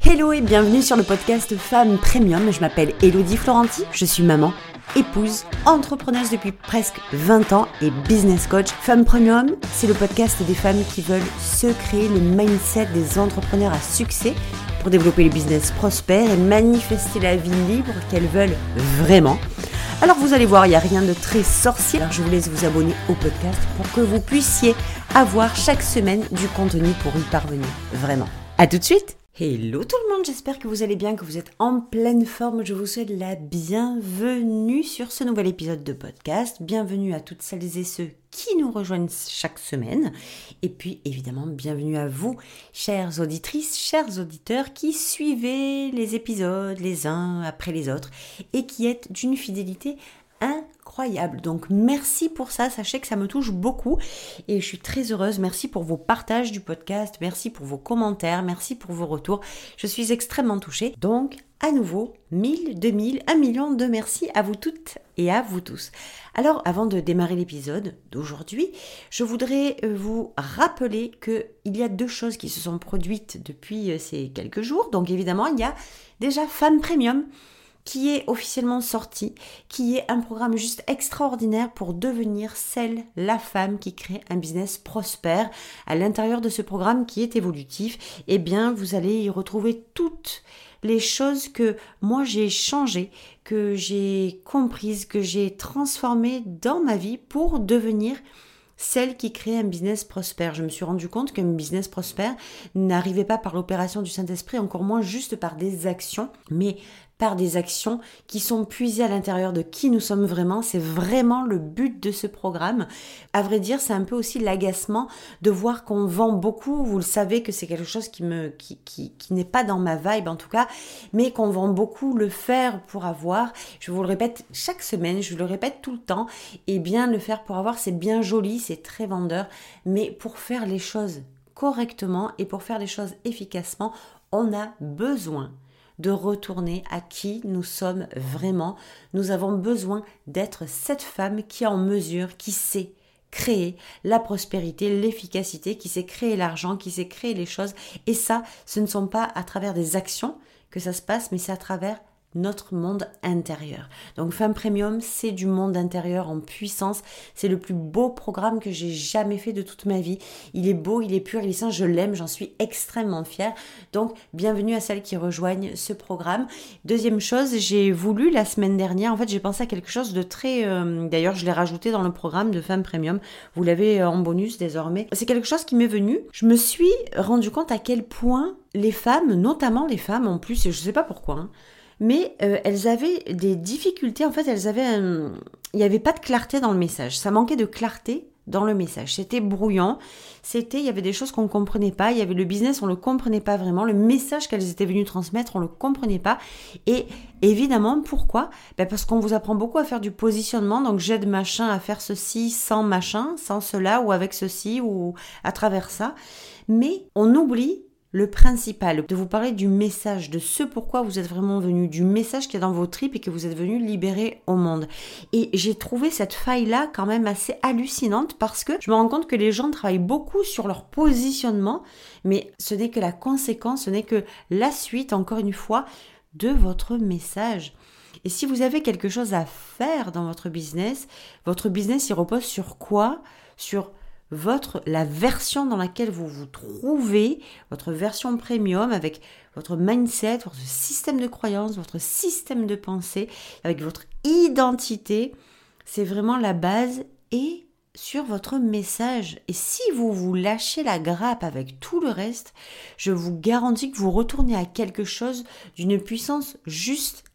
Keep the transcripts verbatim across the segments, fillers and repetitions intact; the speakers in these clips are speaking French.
Hello et bienvenue sur le podcast Femmes Premium. Je m'appelle Elodie Florenti, je suis maman, épouse, entrepreneuse depuis presque vingt ans et business coach. Femmes Premium, c'est le podcast des femmes qui veulent se créer le mindset des entrepreneurs à succès pour développer les business prospères et manifester la vie libre qu'elles veulent vraiment. Alors vous allez voir, il n'y a rien de très sorcier. Alors je vous laisse vous abonner au podcast pour que vous puissiez avoir chaque semaine du contenu pour y parvenir. Vraiment. À tout de suite. Hello tout le monde, j'espère que vous allez bien, que vous êtes en pleine forme. Je vous souhaite la bienvenue sur ce nouvel épisode de podcast. Bienvenue à toutes celles et ceux qui nous rejoignent chaque semaine. Et puis évidemment, bienvenue à vous, chères auditrices, chers auditeurs qui suivez les épisodes les uns après les autres et qui êtes d'une fidélité incroyable. Donc merci pour ça, sachez que ça me touche beaucoup et je suis très heureuse. Merci pour vos partages du podcast, merci pour vos commentaires, merci pour vos retours. Je suis extrêmement touchée. Donc à nouveau, mille, deux mille, un million de merci à vous toutes et à vous tous. Alors avant de démarrer l'épisode d'aujourd'hui, je voudrais vous rappeler qu'il y a deux choses qui se sont produites depuis ces quelques jours. Donc évidemment, il y a déjà Femmes Premium qui est officiellement sorti, qui est un programme juste extraordinaire pour devenir celle, la femme qui crée un business prospère. À l'intérieur de ce programme qui est évolutif, eh bien, vous allez y retrouver toutes les choses que moi j'ai changées, que j'ai comprises, que j'ai transformées dans ma vie pour devenir celle qui crée un business prospère. Je me suis rendu compte qu'un business prospère n'arrivait pas par l'opération du Saint-Esprit, encore moins juste par des actions, mais par des actions qui sont puisées à l'intérieur de qui nous sommes vraiment. C'est vraiment le but de ce programme. À vrai dire, c'est un peu aussi l'agacement de voir qu'on vend beaucoup. Vous le savez que c'est quelque chose qui me, qui, qui, qui n'est pas dans ma vibe en tout cas, mais qu'on vend beaucoup le faire pour avoir. Je vous le répète chaque semaine, je le répète tout le temps. Et bien le faire pour avoir, c'est bien joli, c'est très vendeur, mais pour faire les choses correctement et pour faire les choses efficacement, on a besoin de retourner à qui nous sommes vraiment. Nous avons besoin d'être cette femme qui est en mesure, qui sait créer la prospérité, l'efficacité, qui sait créer l'argent, qui sait créer les choses. Et ça, ce ne sont pas à travers des actions que ça se passe, mais c'est à travers notre monde intérieur. Donc Femmes Premium, c'est du monde intérieur en puissance. C'est le plus beau programme que j'ai jamais fait de toute ma vie. Il est beau, il est pur, il est sain, je l'aime, j'en suis extrêmement fière. Donc bienvenue à celles qui rejoignent ce programme. Deuxième chose, j'ai voulu la semaine dernière, en fait j'ai pensé à quelque chose de très... Euh, d'ailleurs je l'ai rajouté dans le programme de Femmes Premium. Vous l'avez en bonus désormais. C'est quelque chose qui m'est venu. Je me suis rendu compte à quel point les femmes, notamment les femmes en plus, et je sais pas pourquoi, hein, mais euh, elles avaient des difficultés, en fait, elles avaient un... il n'y avait pas de clarté dans le message, ça manquait de clarté dans le message, c'était brouillon, c'était, il y avait des choses qu'on ne comprenait pas, il y avait le business, on ne le comprenait pas vraiment, le message qu'elles étaient venues transmettre, on ne le comprenait pas, et évidemment, pourquoi ? Ben parce qu'on vous apprend beaucoup à faire du positionnement, donc j'aide machin à faire ceci sans machin, sans cela, ou avec ceci, ou à travers ça, mais on oublie le principal, de vous parler du message, de ce pourquoi vous êtes vraiment venu, du message qui est dans vos tripes et que vous êtes venu libérer au monde. Et j'ai trouvé cette faille-là quand même assez hallucinante parce que je me rends compte que les gens travaillent beaucoup sur leur positionnement, mais ce n'est que la conséquence, ce n'est que la suite, encore une fois, de votre message. Et si vous avez quelque chose à faire dans votre business, votre business, il repose sur quoi ? Sur votre, la version dans laquelle vous vous trouvez, votre version premium avec votre mindset, votre système de croyance, votre système de pensée, avec votre identité, c'est vraiment la base et sur votre message. Et si vous vous lâchez la grappe avec tout le reste, je vous garantis que vous retournez à quelque chose d'une puissance juste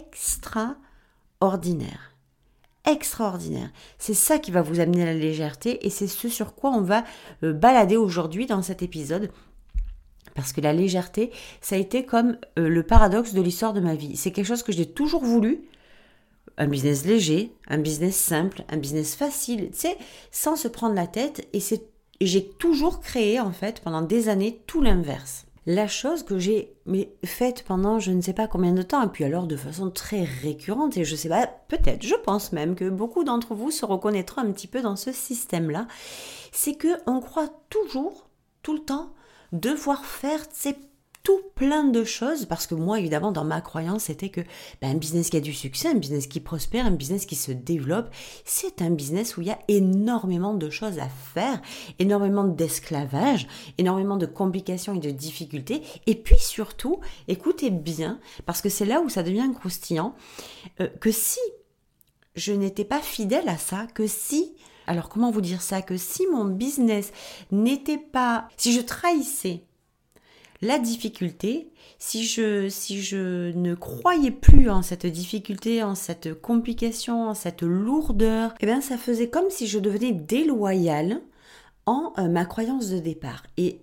extraordinaire. Extraordinaire. C'est ça qui va vous amener à la légèreté et c'est ce sur quoi on va euh, balader aujourd'hui dans cet épisode. Parce que la légèreté, ça a été comme euh, le paradoxe de l'histoire de ma vie. C'est quelque chose que j'ai toujours voulu. Un business léger, un business simple, un business facile, tu sais, sans se prendre la tête. Et, c'est, et j'ai toujours créé, en fait, pendant des années, tout l'inverse. La chose que j'ai mais, faite pendant je ne sais pas combien de temps, et puis alors de façon très récurrente, et je sais pas, peut-être, je pense même que beaucoup d'entre vous se reconnaîtront un petit peu dans ce système-là, c'est qu'on croit toujours, tout le temps, devoir faire, tu sais, tout plein de choses, parce que moi, évidemment, dans ma croyance, c'était que ben, un business qui a du succès, un business qui prospère, un business qui se développe, c'est un business où il y a énormément de choses à faire, énormément d'esclavage, énormément de complications et de difficultés, et puis surtout, écoutez bien, parce que c'est là où ça devient croustillant, euh, que si je n'étais pas fidèle à ça, que si, alors comment vous dire ça, que si mon business n'était pas, si je trahissais la difficulté, si je, si je ne croyais plus en cette difficulté, en cette complication, en cette lourdeur, eh bien ça faisait comme si je devenais déloyale en euh, ma croyance de départ. Et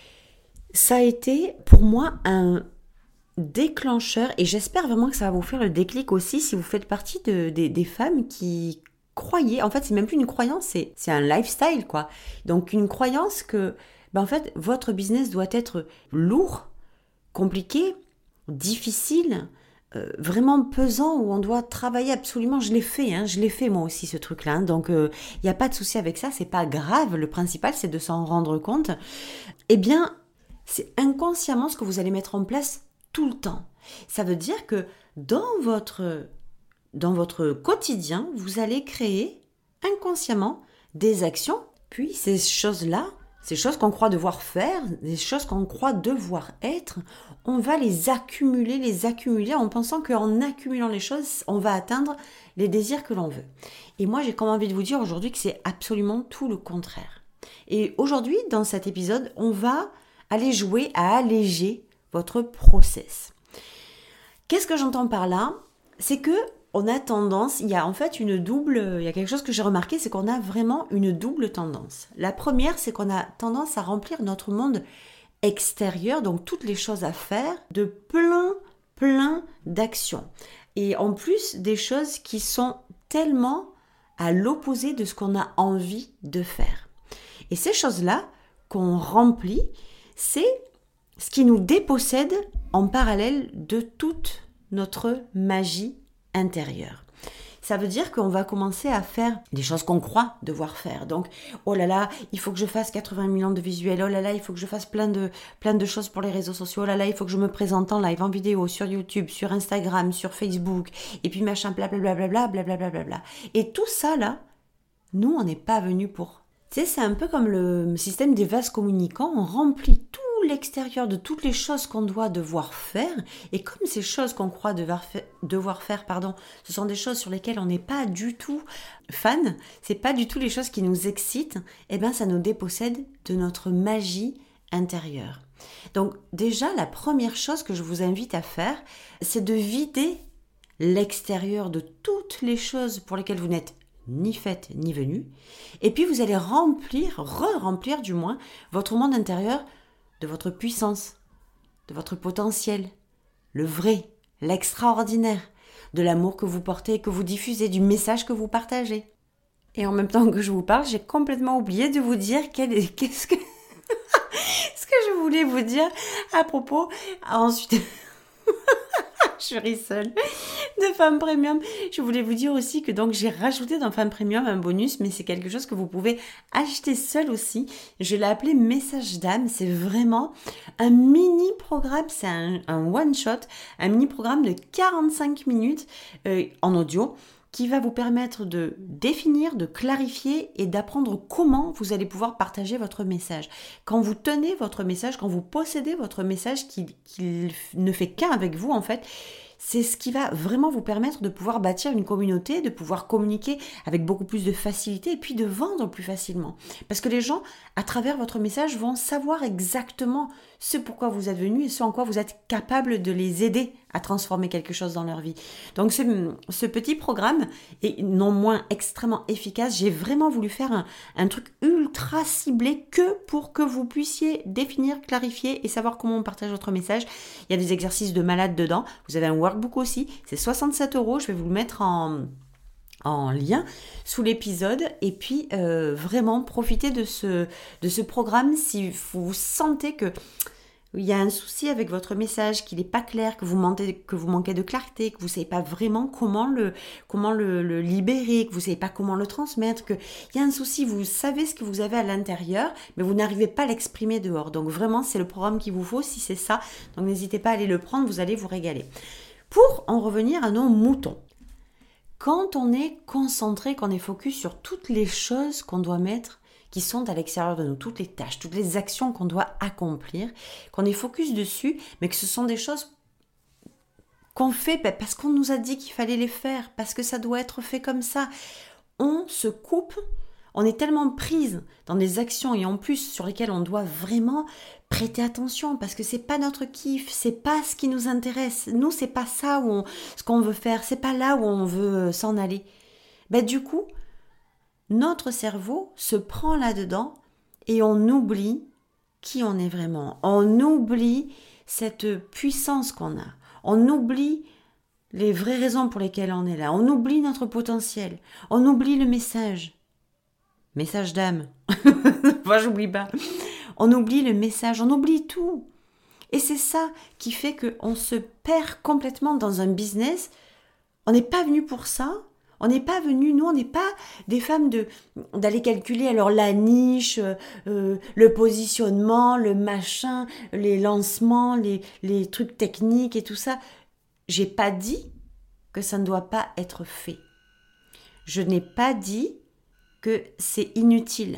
ça a été pour moi un déclencheur, et j'espère vraiment que ça va vous faire le déclic aussi si vous faites partie de, de, des femmes qui croyaient, en fait c'est même plus une croyance, c'est, c'est un lifestyle quoi. Donc une croyance que ben en fait, votre business doit être lourd, compliqué, difficile, euh, vraiment pesant, où on doit travailler absolument. Je l'ai fait, hein, je l'ai fait moi aussi ce truc-là. Hein, donc, il euh, n'y a pas de souci avec ça, c'est pas grave. Le principal, c'est de s'en rendre compte. Eh bien, c'est inconsciemment ce que vous allez mettre en place tout le temps. Ça veut dire que dans votre, dans votre quotidien, vous allez créer inconsciemment des actions, puis ces choses-là, ces choses qu'on croit devoir faire, des choses qu'on croit devoir être, on va les accumuler, les accumuler en pensant qu'en accumulant les choses, on va atteindre les désirs que l'on veut. Et moi, j'ai comme envie de vous dire aujourd'hui que c'est absolument tout le contraire. Et aujourd'hui, dans cet épisode, on va aller jouer à alléger votre process. Qu'est-ce que j'entends par là ? C'est que on a tendance, il y a en fait une double, il y a quelque chose que j'ai remarqué, c'est qu'on a vraiment une double tendance. La première, c'est qu'on a tendance à remplir notre monde extérieur, donc toutes les choses à faire, de plein, plein d'actions. Et en plus, des choses qui sont tellement à l'opposé de ce qu'on a envie de faire. Et ces choses-là qu'on remplit, c'est ce qui nous dépossède en parallèle de toute notre magie intérieur. Ça veut dire qu'on va commencer à faire des choses qu'on croit devoir faire. Donc, oh là là, il faut que je fasse quatre-vingts millions de visuels. Oh là là, il faut que je fasse plein de, plein de choses pour les réseaux sociaux. Oh là là, il faut que je me présente en live, en vidéo, sur YouTube, sur Instagram, sur Facebook. Et puis machin, blablabla, blablabla, blablabla. Et tout ça là, nous, on n'est pas venus pour. Tu sais, c'est un peu comme le système des vases communicants. On remplit tout l'extérieur de toutes les choses qu'on doit devoir faire, et comme ces choses qu'on croit devoir, fa- devoir faire, pardon, ce sont des choses sur lesquelles on n'est pas du tout fan, c'est pas du tout les choses qui nous excitent, et bien ça nous dépossède de notre magie intérieure. Donc déjà, la première chose que je vous invite à faire, c'est de vider l'extérieur de toutes les choses pour lesquelles vous n'êtes ni faite ni venue, et puis vous allez remplir, re-remplir du moins, votre monde intérieur de votre puissance, de votre potentiel, le vrai, l'extraordinaire, de l'amour que vous portez, que vous diffusez, du message que vous partagez. Et en même temps que je vous parle, j'ai complètement oublié de vous dire quel est, qu'est-ce que, ce que je voulais vous dire à propos. Ensuite, je ris seule, de Femme Premium. Je voulais vous dire aussi que donc j'ai rajouté dans Femme Premium un bonus, mais c'est quelque chose que vous pouvez acheter seul aussi. Je l'ai appelé Message d'âme. C'est vraiment un mini programme, c'est un, un one shot, un mini programme de quarante-cinq minutes euh, en audio, qui va vous permettre de définir, de clarifier et d'apprendre comment vous allez pouvoir partager votre message. Quand vous tenez votre message, quand vous possédez votre message qui, qui ne fait qu'un avec vous en fait, c'est ce qui va vraiment vous permettre de pouvoir bâtir une communauté, de pouvoir communiquer avec beaucoup plus de facilité et puis de vendre plus facilement. Parce que les gens, à travers votre message, vont savoir exactement ce pourquoi vous êtes venu et ce en quoi vous êtes capable de les aider à transformer quelque chose dans leur vie. Donc ce, ce petit programme est non moins extrêmement efficace. J'ai vraiment voulu faire un, un truc ultra ciblé que pour que vous puissiez définir, clarifier et savoir comment on partage votre message. Il y a des exercices de malade dedans. Vous avez un workbook aussi. C'est soixante-sept euros. Je vais vous le mettre en... en lien sous l'épisode, et puis euh, vraiment profitez de ce, de ce programme si vous sentez que il y a un souci avec votre message, qu'il n'est pas clair, que vous, manquez, que vous manquez de clarté, que vous ne savez pas vraiment comment le, comment le, le libérer, que vous ne savez pas comment le transmettre, qu'il y a un souci, vous savez ce que vous avez à l'intérieur, mais vous n'arrivez pas à l'exprimer dehors. Donc vraiment, c'est le programme qu'il vous faut si c'est ça. Donc n'hésitez pas à aller le prendre, vous allez vous régaler. Pour en revenir à nos moutons, quand on est concentré, qu'on est focus sur toutes les choses qu'on doit mettre qui sont à l'extérieur de nous, toutes les tâches, toutes les actions qu'on doit accomplir, qu'on est focus dessus, mais que ce sont des choses qu'on fait parce qu'on nous a dit qu'il fallait les faire, parce que ça doit être fait comme ça. On se coupe, on est tellement prise dans des actions et en plus sur lesquelles on doit vraiment prêter attention parce que c'est pas notre kiff, c'est pas ce qui nous intéresse. Nous, c'est pas ça où on, ce qu'on veut faire, c'est pas là où on veut s'en aller. Ben, du coup, notre cerveau se prend là-dedans et on oublie qui on est vraiment. On oublie cette puissance qu'on a. On oublie les vraies raisons pour lesquelles on est là. On oublie notre potentiel. On oublie le message. Message d'âme. Moi, j'oublie pas. On oublie le message. On oublie tout. Et c'est ça qui fait qu'on se perd complètement dans un business. On n'est pas venu pour ça. On n'est pas venu, nous, on n'est pas des femmes de, d'aller calculer alors la niche, euh, le positionnement, le machin, les lancements, les, les trucs techniques et tout ça. J'ai pas dit que ça ne doit pas être fait. Je n'ai pas dit que c'est inutile.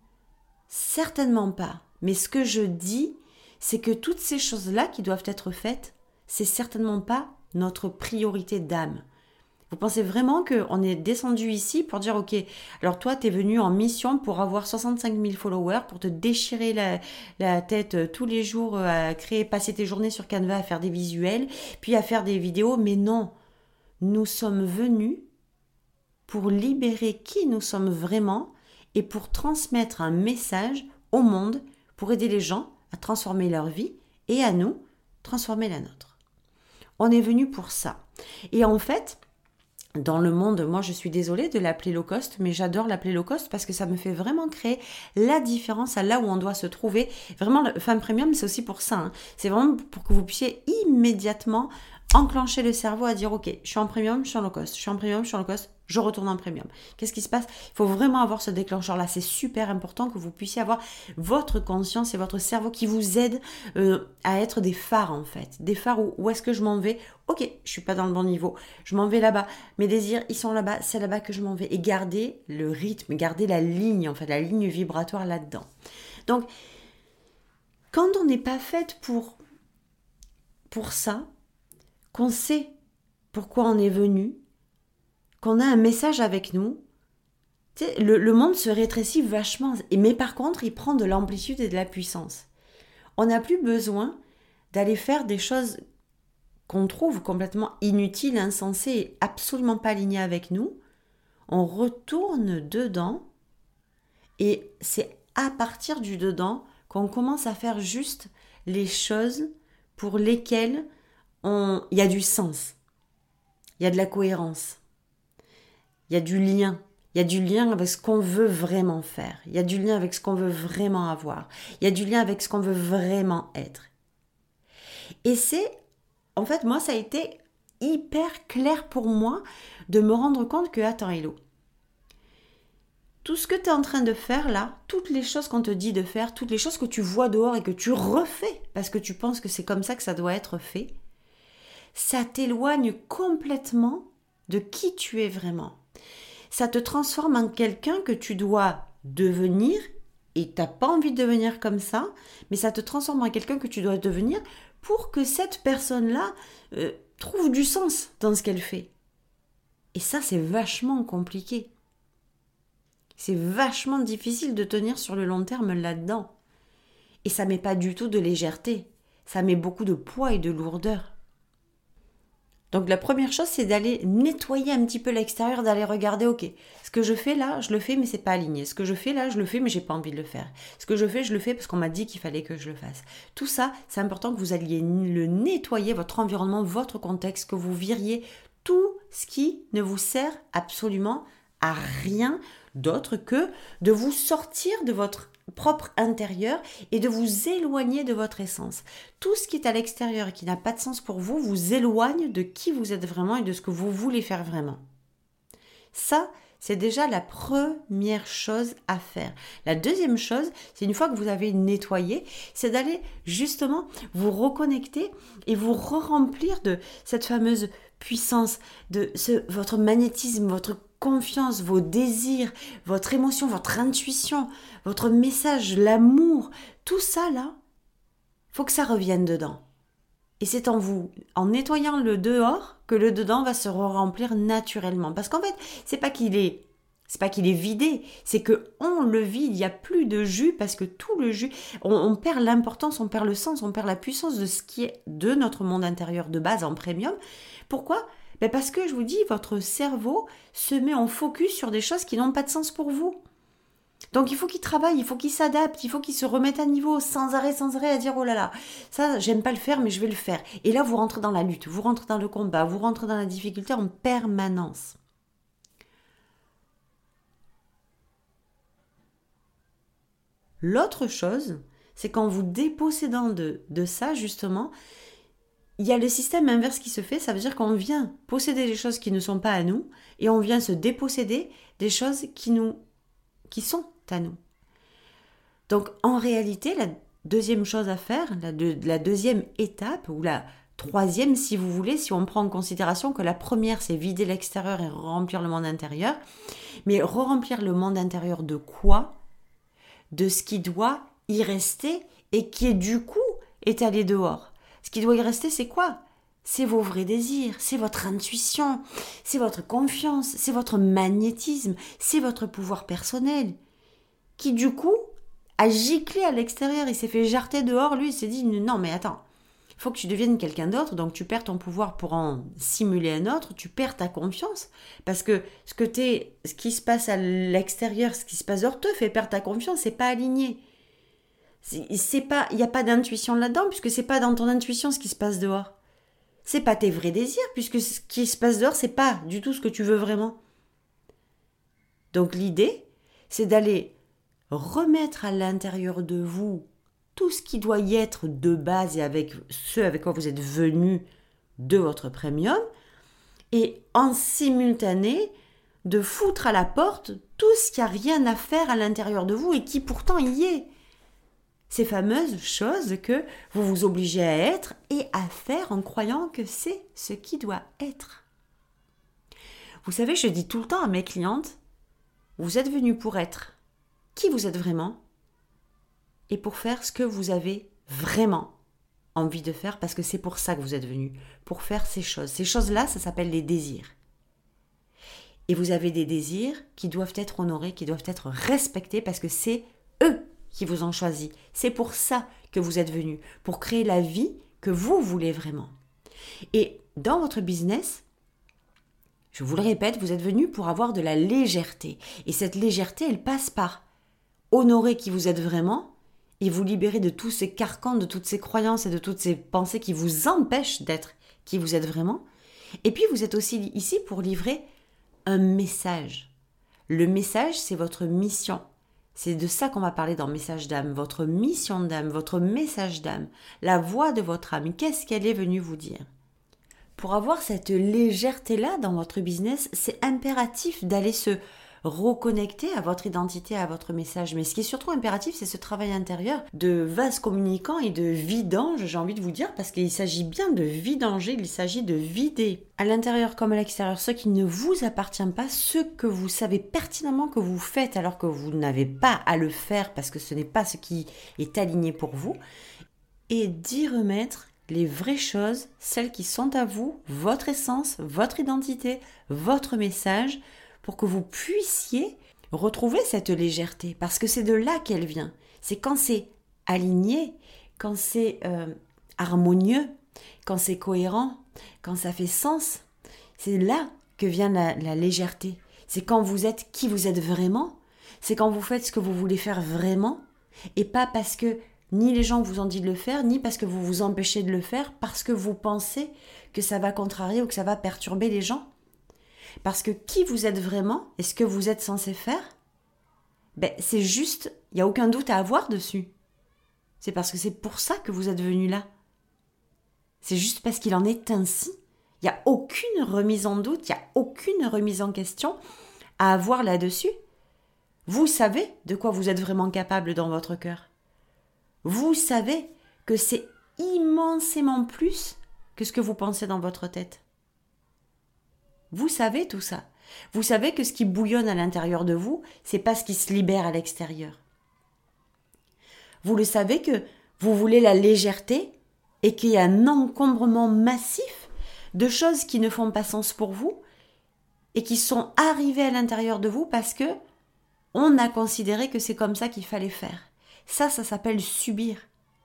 Certainement pas. Mais ce que je dis, c'est que toutes ces choses-là qui doivent être faites, c'est certainement pas notre priorité d'âme. Vous pensez vraiment qu'on est descendu ici pour dire, ok, alors toi, tu es venu en mission pour avoir soixante-cinq mille followers, pour te déchirer la, la tête tous les jours, à créer, passer tes journées sur Canva, à faire des visuels, puis à faire des vidéos. Mais non, nous sommes venus pour libérer qui nous sommes vraiment et pour transmettre un message au monde, pour aider les gens à transformer leur vie et à nous, transformer la nôtre. On est venu pour ça. Et en fait, dans le monde, moi je suis désolée de l'appeler low cost, mais j'adore l'appeler low cost parce que ça me fait vraiment créer la différence à là où on doit se trouver. Vraiment, le Femme Premium, c'est aussi pour ça. Hein. C'est vraiment pour que vous puissiez immédiatement enclencher le cerveau à dire, ok, je suis en premium, je suis en low cost, je suis en premium, je suis en low cost, je retourne en premium. Qu'est-ce qui se passe ? Il faut vraiment avoir ce déclencheur-là. C'est super important que vous puissiez avoir votre conscience et votre cerveau qui vous aide euh, à être des phares en fait. Des phares où, où est-ce que je m'en vais ? Ok, je suis pas dans le bon niveau, je m'en vais là-bas. Mes désirs, ils sont là-bas, c'est là-bas que je m'en vais. Et garder le rythme, garder la ligne, en fait, la ligne vibratoire là-dedans. Donc, quand on n'est pas faite pour, pour ça, qu'on sait pourquoi on est venu, qu'on a un message avec nous, tu sais, le, le monde se rétrécit vachement. Mais par contre, il prend de l'amplitude et de la puissance. On n'a plus besoin d'aller faire des choses qu'on trouve complètement inutiles, insensées et absolument pas alignées avec nous. On retourne dedans et c'est à partir du dedans qu'on commence à faire juste les choses pour lesquelles on... il y a du sens, il y a de la cohérence. Il y a du lien. Il y a du lien avec ce qu'on veut vraiment faire. Il y a du lien avec ce qu'on veut vraiment avoir. Il y a du lien avec ce qu'on veut vraiment être. Et c'est, en fait, moi, ça a été hyper clair pour moi de me rendre compte que, attends, Hello, tout ce que tu es en train de faire là, toutes les choses qu'on te dit de faire, toutes les choses que tu vois dehors et que tu refais parce que tu penses que c'est comme ça que ça doit être fait, ça t'éloigne complètement de qui tu es vraiment. Ça te transforme en quelqu'un que tu dois devenir et tu n'as pas envie de devenir comme ça, mais ça te transforme en quelqu'un que tu dois devenir pour que cette personne-là euh, trouve du sens dans ce qu'elle fait. Et ça, c'est vachement compliqué. C'est vachement difficile de tenir sur le long terme là-dedans. Et ça ne met pas du tout de légèreté. Ça met beaucoup de poids et de lourdeur. Donc la première chose, c'est d'aller nettoyer un petit peu l'extérieur, d'aller regarder, ok, ce que je fais là, je le fais, mais c'est pas aligné. Ce que je fais là, je le fais, mais j'ai pas envie de le faire. Ce que je fais, je le fais parce qu'on m'a dit qu'il fallait que je le fasse. Tout ça, c'est important que vous alliez le nettoyer, votre environnement, votre contexte, que vous viriez tout ce qui ne vous sert absolument à rien d'autre que de vous sortir de votre propre intérieur et de vous éloigner de votre essence. Tout ce qui est à l'extérieur et qui n'a pas de sens pour vous, vous éloigne de qui vous êtes vraiment et de ce que vous voulez faire vraiment. Ça, c'est déjà la première chose à faire. La deuxième chose, c'est une fois que vous avez nettoyé, c'est d'aller justement vous reconnecter et vous re-remplir de cette fameuse puissance, de ce, votre magnétisme, votre confiance, vos désirs, votre émotion, votre intuition, votre message, l'amour, tout ça là, faut que ça revienne dedans. Et c'est en vous, en nettoyant le dehors, que le dedans va se remplir naturellement. Parce qu'en fait, c'est pas qu'il est, c'est pas qu'il est vidé, c'est que on le vide. Il y a plus de jus parce que tout le jus, on, on perd l'importance, on perd le sens, on perd la puissance de ce qui est de notre monde intérieur de base en premium. Pourquoi ? Ben parce que je vous dis, votre cerveau se met en focus sur des choses qui n'ont pas de sens pour vous. Donc il faut qu'il travaille, il faut qu'il s'adapte, il faut qu'il se remette à niveau sans arrêt, sans arrêt à dire oh là là, ça j'aime pas le faire mais je vais le faire. Et là vous rentrez dans la lutte, vous rentrez dans le combat, vous rentrez dans la difficulté en permanence. L'autre chose, c'est qu'en vous dépossédant de, de ça justement, il y a le système inverse qui se fait, ça veut dire qu'on vient posséder des choses qui ne sont pas à nous et on vient se déposséder des choses qui nous, qui sont à nous. Donc en réalité, la deuxième chose à faire, la, de, la deuxième étape, ou la troisième si vous voulez, si on prend en considération que la première c'est vider l'extérieur et remplir le monde intérieur, mais re-remplir le monde intérieur de quoi ? De ce qui doit y rester et qui est du coup étalé dehors. Ce qui doit y rester c'est quoi ? C'est vos vrais désirs, c'est votre intuition, c'est votre confiance, c'est votre magnétisme, c'est votre pouvoir personnel. Qui du coup a giclé à l'extérieur, il s'est fait jarter dehors, lui il s'est dit non mais attends, il faut que tu deviennes quelqu'un d'autre, donc tu perds ton pouvoir pour en simuler un autre, tu perds ta confiance, parce que ce que t'es, ce qui se passe à l'extérieur, ce qui se passe dehors te fait perdre ta confiance, c'est pas aligné. C'est, c'est pas, il n'y a pas d'intuition là-dedans, puisque c'est pas dans ton intuition ce qui se passe dehors. C'est pas tes vrais désirs, puisque ce qui se passe dehors, c'est pas du tout ce que tu veux vraiment. Donc l'idée, c'est d'aller remettre à l'intérieur de vous tout ce qui doit y être de base et avec ce avec quoi vous êtes venu de votre premium, et en simultané de foutre à la porte tout ce qui n'a rien à faire à l'intérieur de vous et qui pourtant y est. Ces fameuses choses que vous vous obligez à être et à faire en croyant que c'est ce qui doit être. Vous savez, je dis tout le temps à mes clientes, vous êtes venus pour être qui vous êtes vraiment et pour faire ce que vous avez vraiment envie de faire, parce que c'est pour ça que vous êtes venus, pour faire ces choses. Ces choses-là, ça s'appelle les désirs. Et vous avez des désirs qui doivent être honorés, qui doivent être respectés, parce que c'est eux qui vous ont choisi. C'est pour ça que vous êtes venus, pour créer la vie que vous voulez vraiment. Et dans votre business, je vous le répète, vous êtes venus pour avoir de la légèreté. Et cette légèreté, elle passe par honorer qui vous êtes vraiment et vous libérer de tous ces carcans, de toutes ces croyances et de toutes ces pensées qui vous empêchent d'être qui vous êtes vraiment. Et puis, vous êtes aussi ici pour livrer un message. Le message, c'est votre mission. C'est de ça qu'on va parler dans Message d'âme, votre mission d'âme, votre message d'âme, la voix de votre âme. Qu'est-ce qu'elle est venue vous dire ? Pour avoir cette légèreté-là dans votre business, c'est impératif d'aller se reconnecter à votre identité, à votre message. Mais ce qui est surtout impératif, c'est ce travail intérieur de vase communicant et de vidange, j'ai envie de vous dire, parce qu'il s'agit bien de vidanger, il s'agit de vider à l'intérieur comme à l'extérieur ce qui ne vous appartient pas, ce que vous savez pertinemment que vous faites alors que vous n'avez pas à le faire parce que ce n'est pas ce qui est aligné pour vous, et d'y remettre les vraies choses, celles qui sont à vous, votre essence, votre identité, votre message, pour que vous puissiez retrouver cette légèreté, parce que c'est de là qu'elle vient. C'est quand c'est aligné, quand c'est euh, harmonieux, quand c'est cohérent, quand ça fait sens. C'est là que vient la, la légèreté. C'est quand vous êtes qui vous êtes vraiment, c'est quand vous faites ce que vous voulez faire vraiment, et pas parce que ni les gens vous ont dit de le faire, ni parce que vous vous empêchez de le faire, parce que vous pensez que ça va contrarier ou que ça va perturber les gens. Parce que qui vous êtes vraiment et ce que vous êtes censé faire, ben, c'est juste, il n'y a aucun doute à avoir dessus. C'est parce que c'est pour ça que vous êtes venu là. C'est juste parce qu'il en est ainsi. Il n'y a aucune remise en doute, il n'y a aucune remise en question à avoir là-dessus. Vous savez de quoi vous êtes vraiment capable dans votre cœur. Vous savez que c'est immensément plus que ce que vous pensez dans votre tête. Vous savez tout ça. Vous savez que ce qui bouillonne à l'intérieur de vous, c'est pas ce qui se libère à l'extérieur. Vous le savez que vous voulez la légèreté et qu'il y a un encombrement massif de choses qui ne font pas sens pour vous et qui sont arrivées à l'intérieur de vous parce que on a considéré que c'est comme ça qu'il fallait faire. Ça, ça s'appelle subir.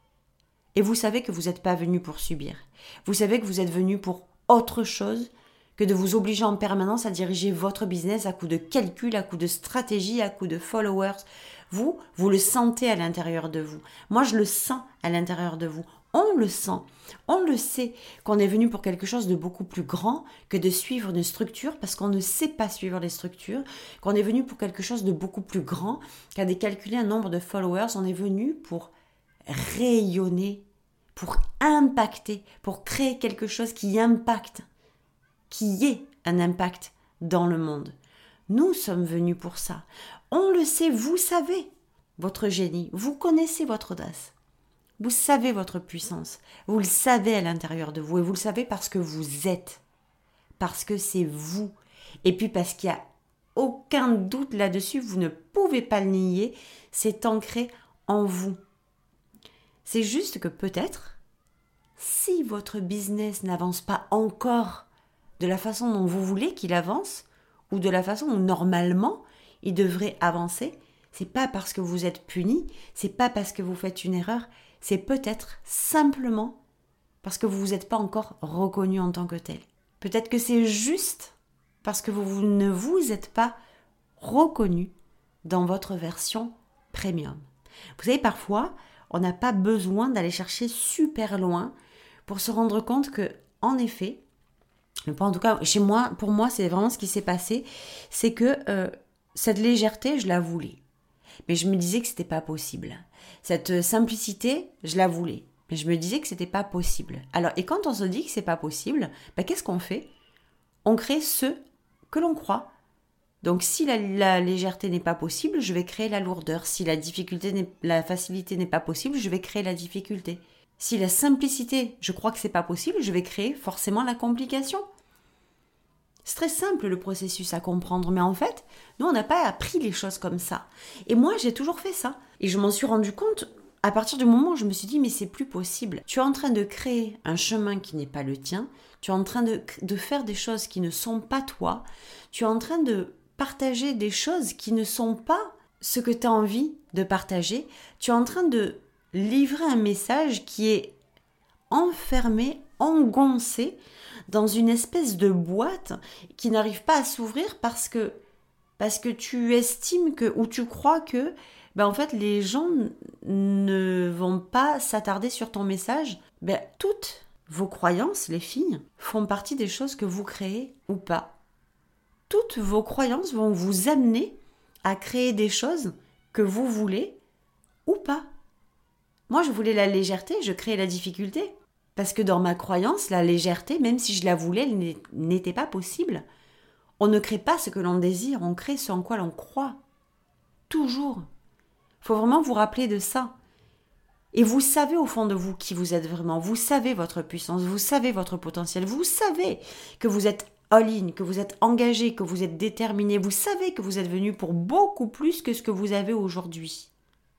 Et vous savez que vous n'êtes pas venu pour subir. Vous savez que vous êtes venu pour autre chose que de vous obliger en permanence à diriger votre business à coup de calcul, à coup de stratégie, à coup de followers. Vous, vous le sentez à l'intérieur de vous. Moi, je le sens à l'intérieur de vous. On le sent. On le sait qu'on est venu pour quelque chose de beaucoup plus grand que de suivre une structure parce qu'on ne sait pas suivre les structures, qu'on est venu pour quelque chose de beaucoup plus grand qu'à décalculer un nombre de followers. On est venu pour rayonner, pour impacter, pour créer quelque chose qui impacte, qui ait un impact dans le monde. Nous sommes venus pour ça. On le sait, vous savez votre génie, vous connaissez votre audace. Vous savez votre puissance, vous le savez à l'intérieur de vous et vous le savez parce que vous êtes, parce que c'est vous. Et puis parce qu'il n'y a aucun doute là-dessus, vous ne pouvez pas le nier, c'est ancré en vous. C'est juste que peut-être, si votre business n'avance pas encore de la façon dont vous voulez qu'il avance, ou de la façon où normalement il devrait avancer, c'est pas parce que vous êtes puni, c'est pas parce que vous faites une erreur, c'est peut-être simplement parce que vous vous êtes pas encore reconnu en tant que tel. Peut-être que c'est juste parce que vous, vous ne vous êtes pas reconnu dans votre version premium. Vous savez, parfois, on n'a pas besoin d'aller chercher super loin pour se rendre compte que, en effet, en tout cas, chez moi, pour moi, c'est vraiment ce qui s'est passé, c'est que euh, cette légèreté, je la voulais. Mais je me disais que c'était pas possible. Cette simplicité, je la voulais. Mais je me disais que c'était pas possible. Alors, et quand on se dit que c'est pas possible, ben, qu'est-ce qu'on fait ? On crée ce que l'on croit. Donc, si la, la légèreté n'est pas possible, je vais créer la lourdeur. Si la difficulté, n'est, la facilité n'est pas possible, je vais créer la difficulté. Si la simplicité, je crois que c'est pas possible, je vais créer forcément la complication. C'est très simple le processus à comprendre, mais en fait, nous, on n'a pas appris les choses comme ça. Et moi, j'ai toujours fait ça. Et je m'en suis rendu compte à partir du moment où je me suis dit, mais c'est plus possible. Tu es en train de créer un chemin qui n'est pas le tien. Tu es en train de, de faire des choses qui ne sont pas toi. Tu es en train de partager des choses qui ne sont pas ce que tu as envie de partager. Tu es en train de livrer un message qui est enfermé, engoncé dans une espèce de boîte qui n'arrive pas à s'ouvrir parce que, parce que tu estimes que, ou tu crois que, ben en fait, les gens ne vont pas s'attarder sur ton message. Ben, toutes vos croyances, les filles, font partie des choses que vous créez ou pas. Toutes vos croyances vont vous amener à créer des choses que vous voulez ou pas. Moi, je voulais la légèreté, je créais la difficulté. Parce que dans ma croyance, la légèreté, même si je la voulais, elle n'était pas possible. On ne crée pas ce que l'on désire, on crée ce en quoi l'on croit. Toujours. Il faut vraiment vous rappeler de ça. Et vous savez au fond de vous qui vous êtes vraiment. Vous savez votre puissance, vous savez votre potentiel. Vous savez que vous êtes all-in, que vous êtes engagé, que vous êtes déterminé. Vous savez que vous êtes venu pour beaucoup plus que ce que vous avez aujourd'hui.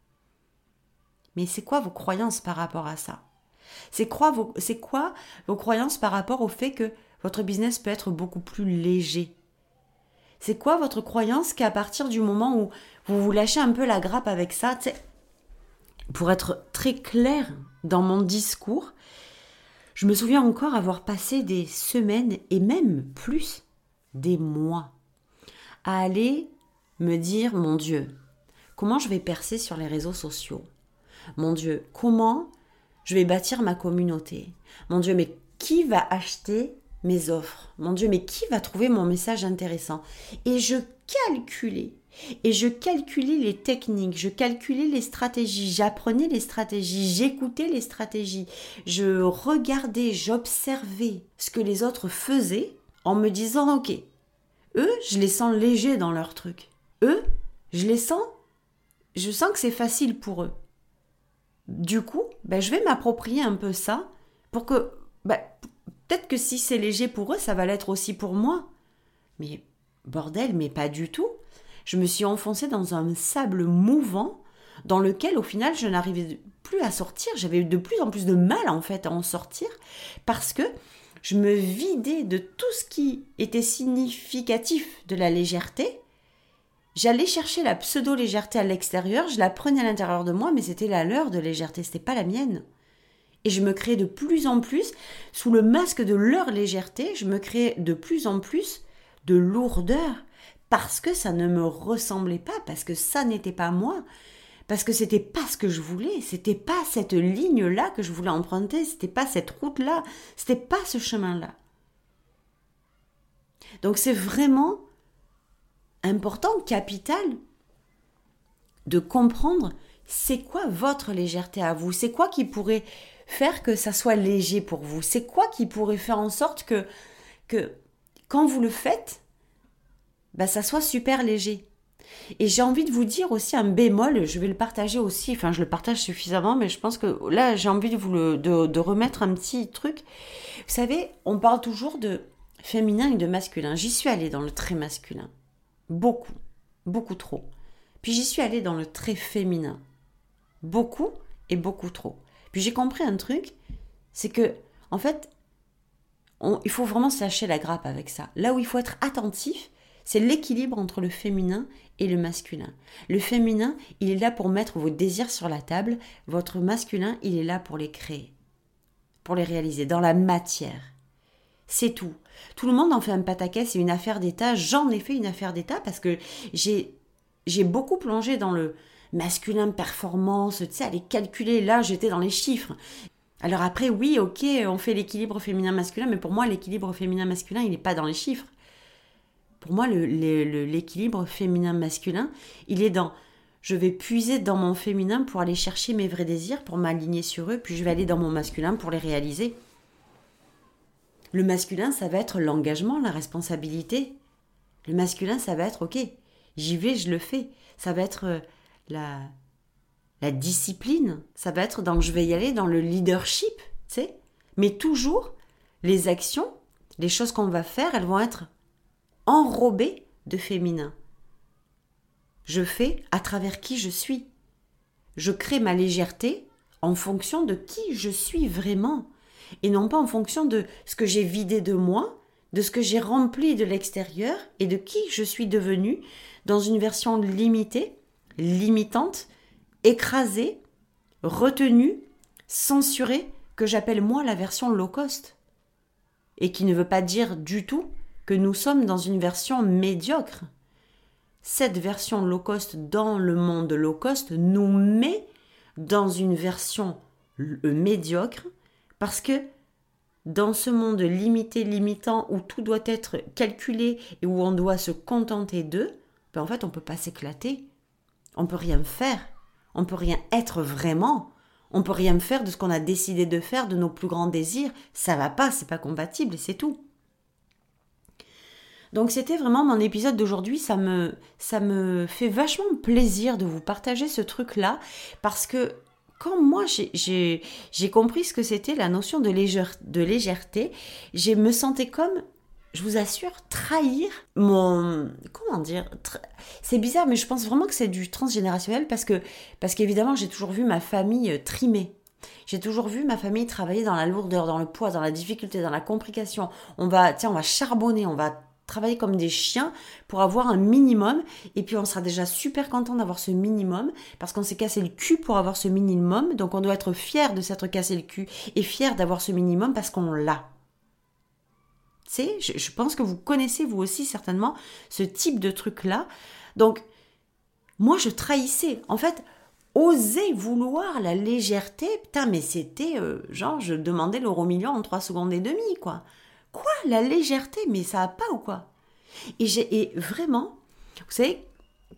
Mais c'est quoi vos croyances par rapport à ça ? C'est quoi, vos, c'est quoi vos croyances par rapport au fait que votre business peut être beaucoup plus léger ? C'est quoi votre croyance qu'à partir du moment où vous vous lâchez un peu la grappe avec ça, pour être très clair dans mon discours, je me souviens encore avoir passé des semaines et même plus, des mois, à aller me dire, mon Dieu, comment je vais percer sur les réseaux sociaux ? Mon Dieu, comment je vais bâtir ma communauté. Mon Dieu, mais qui va acheter mes offres ? Mon Dieu, mais qui va trouver mon message intéressant ? Et je calculais Et je calculais les techniques, je calculais les stratégies, j'apprenais les stratégies, j'écoutais les stratégies, je regardais, j'observais ce que les autres faisaient en me disant, ok, eux, je les sens légers dans leur truc. Eux, je les sens, je sens que c'est facile pour eux. Du coup, ben, je vais m'approprier un peu ça pour que, ben, peut-être que si c'est léger pour eux, ça va l'être aussi pour moi. Mais bordel, mais pas du tout. Je me suis enfoncée dans un sable mouvant dans lequel, au final, je n'arrivais plus à sortir. J'avais de plus en plus de mal, en fait, à en sortir parce que je me vidais de tout ce qui était significatif de la légèreté. J'allais chercher la pseudo-légèreté à l'extérieur, je la prenais à l'intérieur de moi, mais c'était la leur de légèreté, c'était pas la mienne. Et je me créais de plus en plus, sous le masque de leur légèreté, je me créais de plus en plus de lourdeur, parce que ça ne me ressemblait pas, parce que ça n'était pas moi, parce que c'était pas ce que je voulais, c'était pas cette ligne-là que je voulais emprunter, c'était pas cette route-là, c'était pas ce chemin-là. Donc c'est vraiment important, capital, de comprendre c'est quoi votre légèreté à vous, c'est quoi qui pourrait faire que ça soit léger pour vous, c'est quoi qui pourrait faire en sorte que, que quand vous le faites, bah, ça soit super léger. Et j'ai envie de vous dire aussi un bémol, je vais le partager aussi, enfin je le partage suffisamment, mais je pense que là j'ai envie de vous le, de, de remettre un petit truc. Vous savez, on parle toujours de féminin et de masculin. J'y suis allée dans le très masculin. Beaucoup, beaucoup trop. Puis j'y suis allée dans le très féminin. Beaucoup et beaucoup trop. Puis j'ai compris un truc, c'est que, en fait, on, il faut vraiment se lâcher la grappe avec ça. Là où il faut être attentif, c'est l'équilibre entre le féminin et le masculin. Le féminin, il est là pour mettre vos désirs sur la table. Votre masculin, il est là pour les créer, pour les réaliser, dans la matière. C'est tout. Tout le monde en fait un pataquès et une affaire d'État. J'en ai fait une affaire d'État parce que j'ai, j'ai beaucoup plongé dans le masculin performance, tu sais, aller calculer. Là, j'étais dans les chiffres. Alors après, oui, ok, on fait l'équilibre féminin-masculin, mais pour moi, l'équilibre féminin-masculin, il n'est pas dans les chiffres. Pour moi, le, le, le, l'équilibre féminin-masculin, il est dans... Je vais puiser dans mon féminin pour aller chercher mes vrais désirs, pour m'aligner sur eux, puis je vais aller dans mon masculin pour les réaliser. Le masculin, ça va être l'engagement, la responsabilité. Le masculin, ça va être, ok, j'y vais, je le fais. Ça va être la, la discipline. Ça va être dans je vais y aller, dans le leadership, tu sais. Mais toujours, les actions, les choses qu'on va faire, elles vont être enrobées de féminin. Je fais à travers qui je suis. Je crée ma légèreté en fonction de qui je suis vraiment. Et non pas en fonction de ce que j'ai vidé de moi, de ce que j'ai rempli de l'extérieur et de qui je suis devenue dans une version limitée, limitante, écrasée, retenue, censurée, que j'appelle moi la version low cost. Et qui ne veut pas dire du tout que nous sommes dans une version médiocre. Cette version low cost dans le monde low cost nous met dans une version médiocre parce que dans ce monde limité, limitant, où tout doit être calculé et où on doit se contenter d'eux, ben en fait, on ne peut pas s'éclater. On ne peut rien faire. On ne peut rien être vraiment. On ne peut rien faire de ce qu'on a décidé de faire, de nos plus grands désirs. Ça ne va pas, ce n'est pas compatible et c'est tout. Donc c'était vraiment mon épisode d'aujourd'hui, ça me, ça me fait vachement plaisir de vous partager ce truc-là, parce que quand moi j'ai, j'ai, j'ai compris ce que c'était la notion de, légère, de légèreté, je me sentais comme, je vous assure, trahir mon... Comment dire tra... C'est bizarre, mais je pense vraiment que c'est du transgénérationnel, parce que parce qu'évidemment j'ai toujours vu ma famille trimer. J'ai toujours vu ma famille travailler dans la lourdeur, dans le poids, dans la difficulté, dans la complication. On va, tiens, on va charbonner, on va travailler comme des chiens pour avoir un minimum, et puis on sera déjà super content d'avoir ce minimum parce qu'on s'est cassé le cul pour avoir ce minimum, donc on doit être fier de s'être cassé le cul et fier d'avoir ce minimum parce qu'on l'a. Tu sais, je, je pense que vous connaissez vous aussi certainement ce type de truc-là. Donc, moi je trahissais. En fait, oser vouloir la légèreté, putain, mais c'était euh, genre je demandais l'euro million en trois secondes et demie, quoi. Quoi, la légèreté? Mais ça va pas ou quoi? Et, j'ai, et vraiment, vous savez,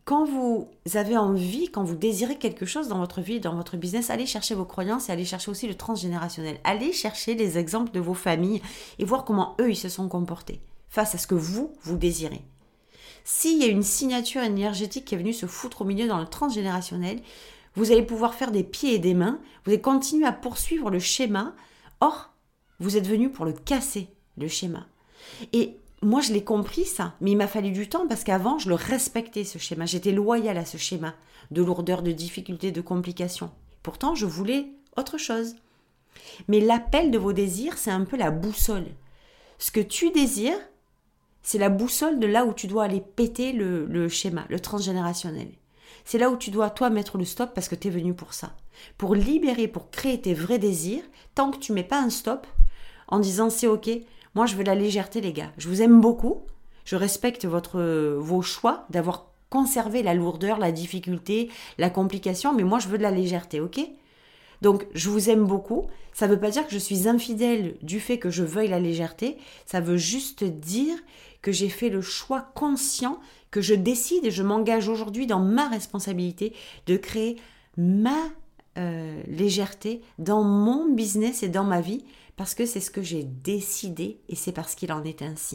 quand vous avez envie, quand vous désirez quelque chose dans votre vie, dans votre business, allez chercher vos croyances et allez chercher aussi le transgénérationnel. Allez chercher les exemples de vos familles et voir comment eux, ils se sont comportés face à ce que vous, vous désirez. S'il y a une signature énergétique qui est venue se foutre au milieu dans le transgénérationnel, vous allez pouvoir faire des pieds et des mains, vous allez continuer à poursuivre le schéma. Or, vous êtes venu pour le casser, le schéma. Et moi, je l'ai compris ça, mais il m'a fallu du temps parce qu'avant, je le respectais, ce schéma. J'étais loyale à ce schéma de lourdeur, de difficulté, de complications. Pourtant, je voulais autre chose. Mais l'appel de vos désirs, c'est un peu la boussole. Ce que tu désires, c'est la boussole de là où tu dois aller péter le, le schéma, le transgénérationnel. C'est là où tu dois, toi, mettre le stop parce que tu es venu pour ça. Pour libérer, pour créer tes vrais désirs, tant que tu ne mets pas un stop en disant c'est ok, moi je veux la légèreté les gars. Je vous aime beaucoup, je respecte votre, vos choix d'avoir conservé la lourdeur, la difficulté, la complication, mais moi je veux de la légèreté, ok ? Donc je vous aime beaucoup, ça ne veut pas dire que je suis infidèle du fait que je veuille la légèreté, ça veut juste dire que j'ai fait le choix conscient, que je décide et je m'engage aujourd'hui dans ma responsabilité de créer ma euh, légèreté dans mon business et dans ma vie parce que c'est ce que j'ai décidé et c'est parce qu'il en est ainsi.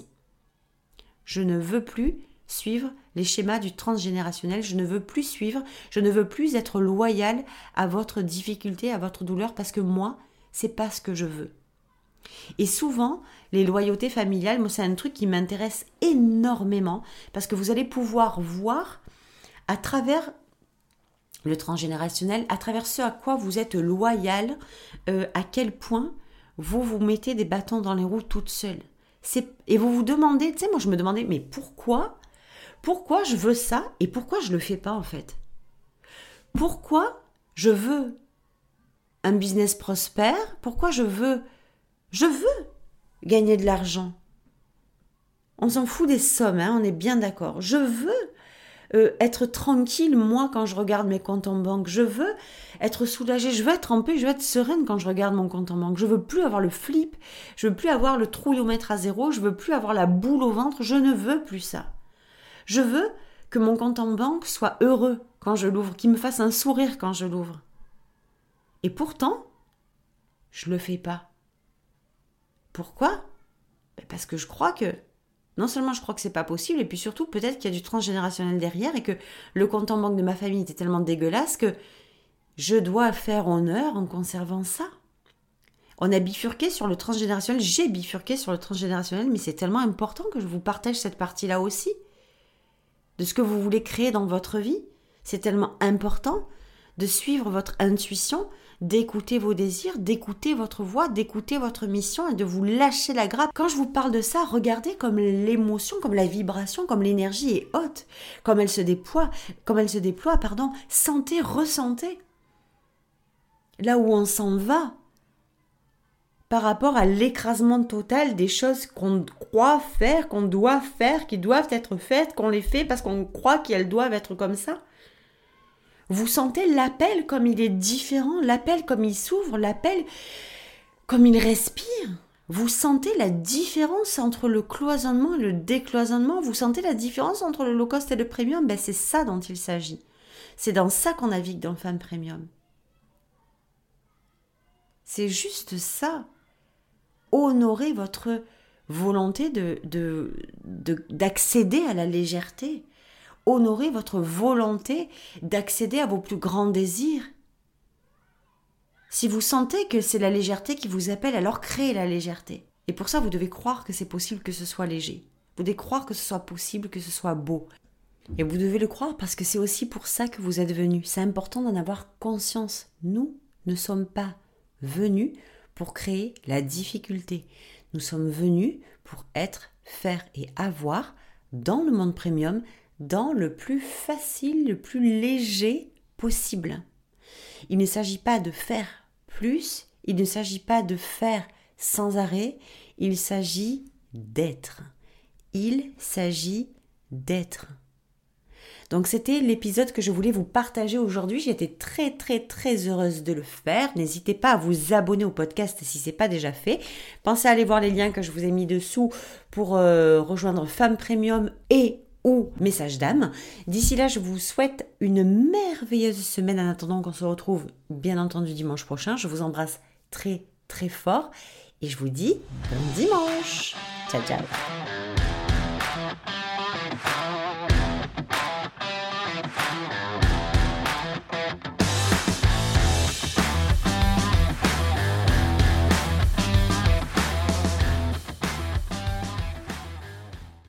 Je ne veux plus suivre les schémas du transgénérationnel, je ne veux plus suivre, je ne veux plus être loyale à votre difficulté, à votre douleur parce que moi, c'est pas ce que je veux. Et souvent, les loyautés familiales, moi c'est un truc qui m'intéresse énormément parce que vous allez pouvoir voir à travers le transgénérationnel, à travers ce à quoi vous êtes loyal, euh, à quel point vous vous mettez des bâtons dans les roues toute seule. C'est, et vous vous demandez, tu sais, moi je me demandais, mais pourquoi Pourquoi je veux ça et pourquoi je le fais pas en fait ? Pourquoi je veux un business prospère ? Pourquoi je veux Je veux gagner de l'argent. On s'en fout des sommes, hein, on est bien d'accord. Je veux euh, être tranquille, moi, quand je regarde mes comptes en banque. Je veux être soulagée, je veux être en paix, je veux être sereine quand je regarde mon compte en banque. Je veux plus avoir le flip, je veux plus avoir le trouillomètre à zéro, je veux plus avoir la boule au ventre, je ne veux plus ça. Je veux que mon compte en banque soit heureux quand je l'ouvre, qu'il me fasse un sourire quand je l'ouvre. Et pourtant, je le fais pas. Pourquoi ? Parce que je crois que, non seulement je crois que c'est pas possible, et puis surtout peut-être qu'il y a du transgénérationnel derrière et que le compte en banque de ma famille était tellement dégueulasse que je dois faire honneur en conservant ça. On a bifurqué sur le transgénérationnel, j'ai bifurqué sur le transgénérationnel, mais c'est tellement important que je vous partage cette partie-là aussi, de ce que vous voulez créer dans votre vie. C'est tellement important de suivre votre intuition, d'écouter vos désirs, d'écouter votre voix, d'écouter votre mission et de vous lâcher la grappe. Quand je vous parle de ça, regardez comme l'émotion, comme la vibration, comme l'énergie est haute, comme elle se déploie, comme elle se déploie, pardon. Sentez, ressentez. Là où on s'en va par rapport à l'écrasement total des choses qu'on croit faire, qu'on doit faire, qui doivent être faites, qu'on les fait parce qu'on croit qu'elles doivent être comme ça. Vous sentez l'appel comme il est différent, l'appel comme il s'ouvre, l'appel comme il respire. Vous sentez la différence entre le cloisonnement et le décloisonnement. Vous sentez la différence entre le low cost et le premium. Ben c'est ça dont il s'agit. C'est dans ça qu'on navigue dans Femme Premium. C'est juste ça. Honorer votre volonté de, de, de, d'accéder à la légèreté. Honorez votre volonté d'accéder à vos plus grands désirs. Si vous sentez que c'est la légèreté qui vous appelle, alors créez la légèreté. Et pour ça, vous devez croire que c'est possible que ce soit léger. Vous devez croire que ce soit possible, que ce soit beau. Et vous devez le croire parce que c'est aussi pour ça que vous êtes venus. C'est important d'en avoir conscience. Nous ne sommes pas venus pour créer la difficulté. Nous sommes venus pour être, faire et avoir dans le monde premium dans le plus facile, le plus léger possible. Il ne s'agit pas de faire plus, il ne s'agit pas de faire sans arrêt, il s'agit d'être. Il s'agit d'être. Donc c'était l'épisode que je voulais vous partager aujourd'hui. J'étais très très très heureuse de le faire. N'hésitez pas à vous abonner au podcast si ce n'est pas déjà fait. Pensez à aller voir les liens que je vous ai mis dessous pour euh, rejoindre Femme Premium et ou message d'âme. D'ici là, je vous souhaite une merveilleuse semaine en attendant qu'on se retrouve bien entendu dimanche prochain. Je vous embrasse très très fort et je vous dis bon dimanche. Ciao ciao.